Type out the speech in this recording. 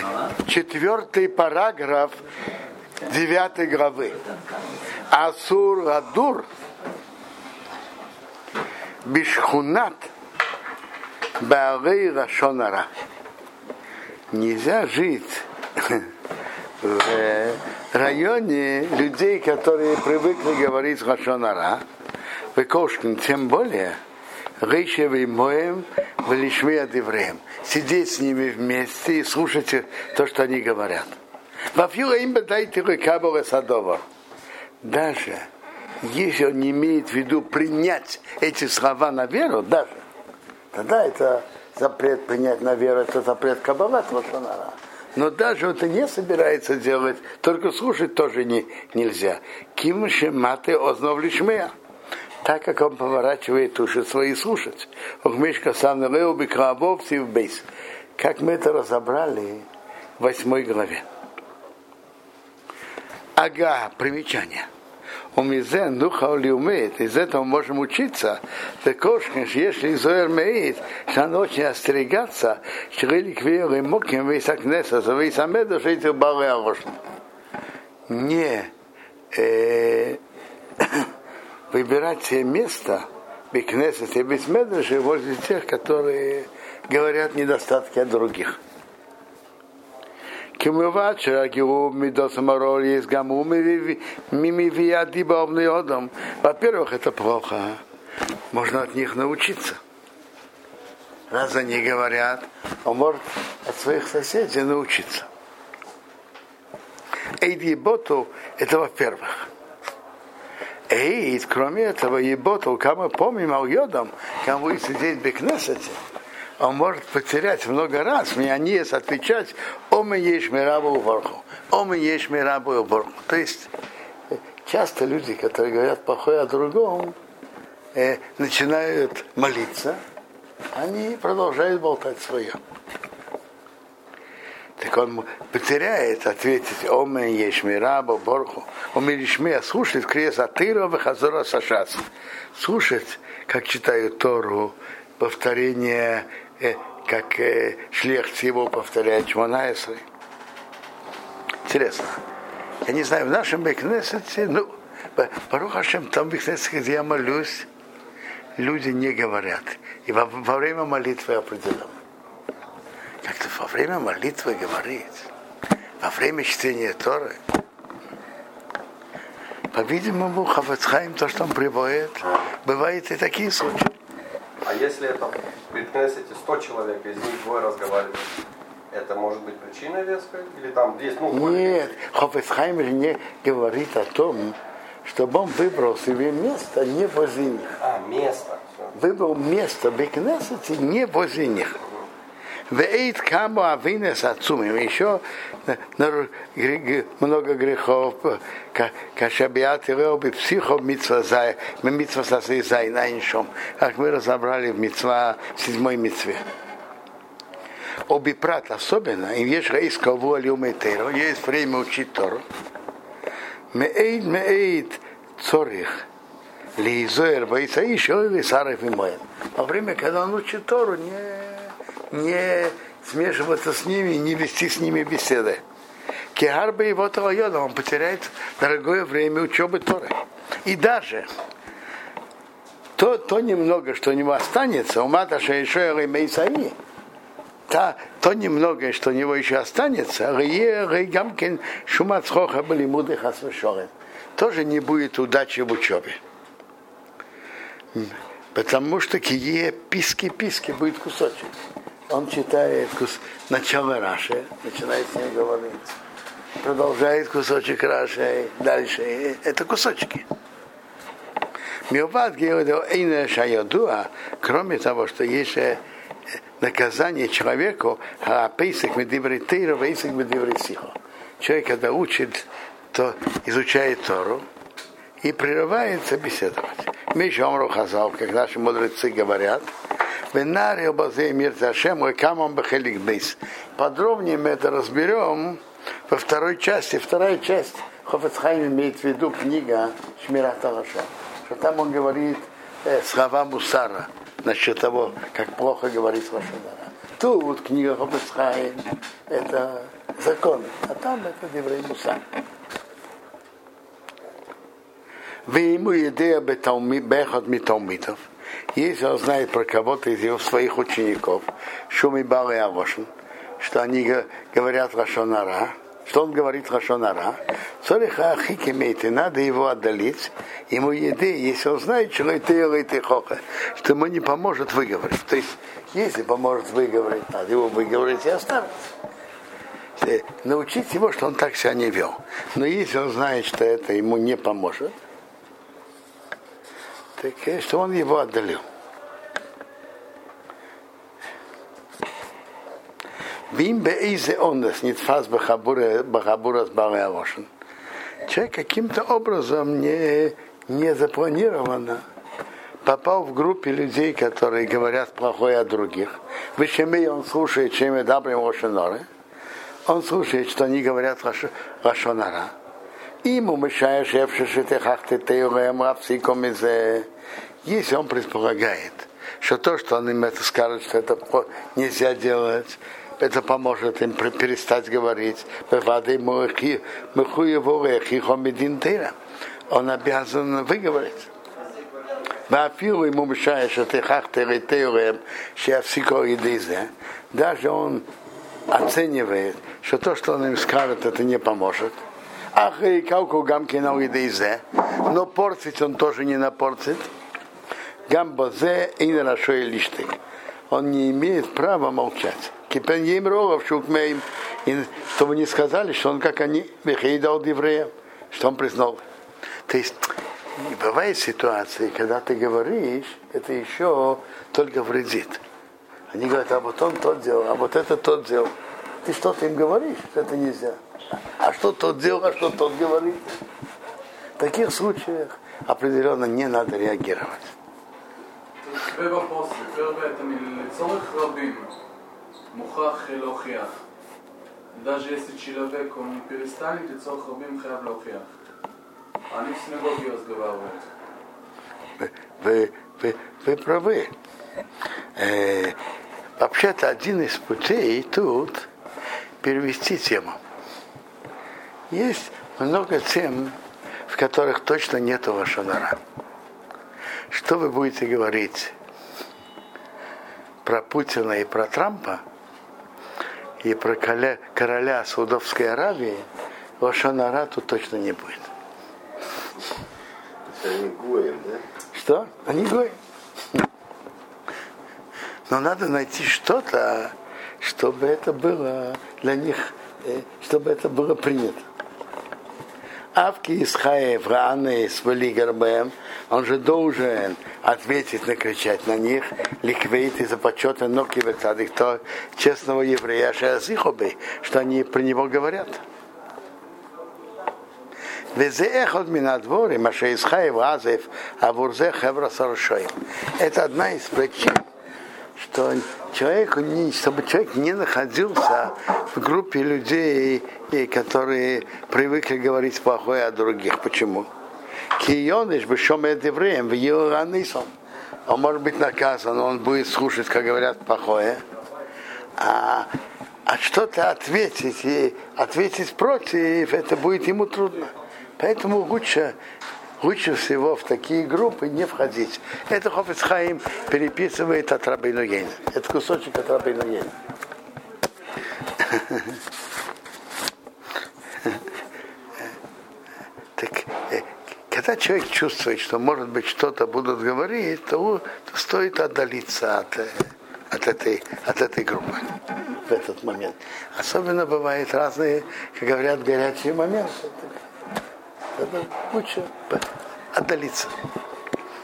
4 параграф 9 главы. Асур Гадур Бишхунат Баалей Рашонара. Нельзя жить в районе людей, которые привыкли говорить Рашонара, Векошкин, тем более Рейшевый Моем Валишмея Девреем. Сидеть с ними вместе и слушать то, что они говорят. Даже если он не имеет в виду принять эти слова на веру, даже тогда это запрет принять на веру, это запрет Каббалат Лашон-ара. Но даже это не собирается делать, только слушать тоже нельзя. Ким шематы ознов лишмея. Так как он поворачивает уши свои слушать. Как мы это разобрали в 8 главе. Ага, примечание. Из этого можем учиться, если Зоэр меет, что надо очень остерегаться, не выбирать себе место бекнесете без медрежи возле тех, которые говорят недостатки от других. Во-первых, это плохо. Можно от них научиться. Раз они говорят, он может от своих соседей научиться. Эйд-еботу – это во-первых. Эйд, кроме этого, еботу, как мы помним, ал-йодом, как будет сидеть в бекнесете, он может потерять много раз, мне не есть отвечать, омы ешь мирабу уборху, омы ешь мирабу уборху. То есть, часто люди, которые говорят плохое о другом, начинают молиться, они продолжают болтать свое. Так он потеряет ответить омы ешь мирабу уборху, омы ешь мирабу, слушать крест атыра вахазора сашас, слушать, как читают Тору, повторение, как шлех его повторяет Шмонаэсрей. Интересно. Я не знаю, в нашем бекнесете, Барух Ашем, там в бекнесете, где я молюсь, люди не говорят. И во время молитвы определенно. Как-то во время молитвы говорить, во время чтения Торы. По-видимому, Хафец Хаим, то, что он приводит, бывает и такие случаи. А если это при Кнессете 100 человек, из них двое разговаривают, это может быть причиной веской? Или там есть, Нет, Хафец Хаим не говорит о том, чтобы он выбрал себе место не возле них. Место. Выбрал место в Кнессете не возле них. Вейт каму авинес отцумим. Еще много грехов. Кашабиат и психо митцва зай. Мы митцва сасей зай на иншом. Как мы разобрали в митцва, в 7 митцве. Обипрат особенно. Им есть рейс каву алиумейтеру. Есть время учить Тору. Меэйд цорих. Лизоэр вайцаиш ойли сарев и моем. Во время, когда он учит Тору, не смешиваться с ними, не вести с ними беседы. Кегарба его талайода, он потеряет дорогое время учебы Торы. И даже то немного, что у него останется, у Маташа и Шоэра Мейсаи, то немногое, что у него еще останется, тоже не будет удачи в учебе. Потому что кие писки будет кусочек. Он читает начало Раши, начинает с ним говорить, продолжает кусочек Раши, дальше. Это кусочки. Кроме того, что есть наказание человеку, человек, когда учит, то изучает Тору и прерывается беседовать. Мишомру Хазал, как наши мудрецы говорят, подробнее мы это разберем во второй части. Вторая часть Хафец Хаим имеет в виду книга Шмират ха-Лашон, что там он говорит слова мусара насчет того, как плохо говорить лашон ара. Тут книга Хофец Хаим это закон, а там это Деврей Муса. Вы ему идея бехот митомитов. Если он знает про кого-то из его своих учеников, Шуми Бал и Авошин, что они говорят Лашон ара, что он говорит Лашон ара, Цориха Ахик имеет, и надо его отдалить, ему еды, если он знает, что ему не поможет выговорить. То есть, если поможет выговорить, надо его выговорить и оставить. Научить его, что он так себя не вел. Но если он знает, что это ему не поможет, так что он его отдалил. Человек каким-то образом не запланированно попал в группе людей, которые говорят плохое о других. Вышемей он слушает, чем я добрым лошоноры. Он слушает, что они говорят лошонара. Ему мешаешь, если он предполагает, что то, что он им это скажет, что это нельзя делать, это поможет им перестать говорить, он обязан выговорить. Ему мешаешь, даже он оценивает, что то, что он им скажет, это не поможет. Но портить он тоже не напортит. Гамбозе и нарашой лиштик. Он не имеет права молчать. Кипеньем рогов шукмеем, чтобы не сказали, что он как они, вехейдал евреям, что он признал. То есть бывает ситуации, когда ты говоришь, это еще только вредит. Они говорят, а вот он тот делал, а вот это тот делал. Ты что-то им говоришь, это нельзя. А что тот делал, а что тот говорит? В таких случаях определенно не надо реагировать. Даже если человек, он не перестанет, и цорх рабим хаяв лаухиах. Они в синагоге разговаривают. Вы правы. Вообще-то один из путей тут перевести тему. Есть много тем, в которых точно нету лашон ара. Что вы будете говорить про Путина и про Трампа, и про короля Саудовской Аравии, лашон ара тут точно не будет. Они гоем, да? Что? Они гоем. Но надо найти что-то, чтобы это было для них, чтобы это было принято. Авки Исхаев, Рааны, Свали Гарбем, он же должен ответить, накричать на них, ликвейт из-за почета Нокивец, кто честного еврея, что они про него говорят. Это одна из причин, что чтобы человек не находился в группе людей, которые привыкли говорить плохое о других. Почему? Он может быть наказан, он будет слушать, как говорят плохое. А что-то ответить и ответить против, это будет ему трудно. Поэтому лучше всего в такие группы не входить. Это Хофец Хаим переписывает от Рабейну Йейна. Это кусочек от Рабейну Йейна. Так, когда человек чувствует, что может быть что-то будут говорить, то стоит отдалиться от этой группы в этот момент. Особенно бывают разные, как говорят, горячие моменты. Лучше отдалиться.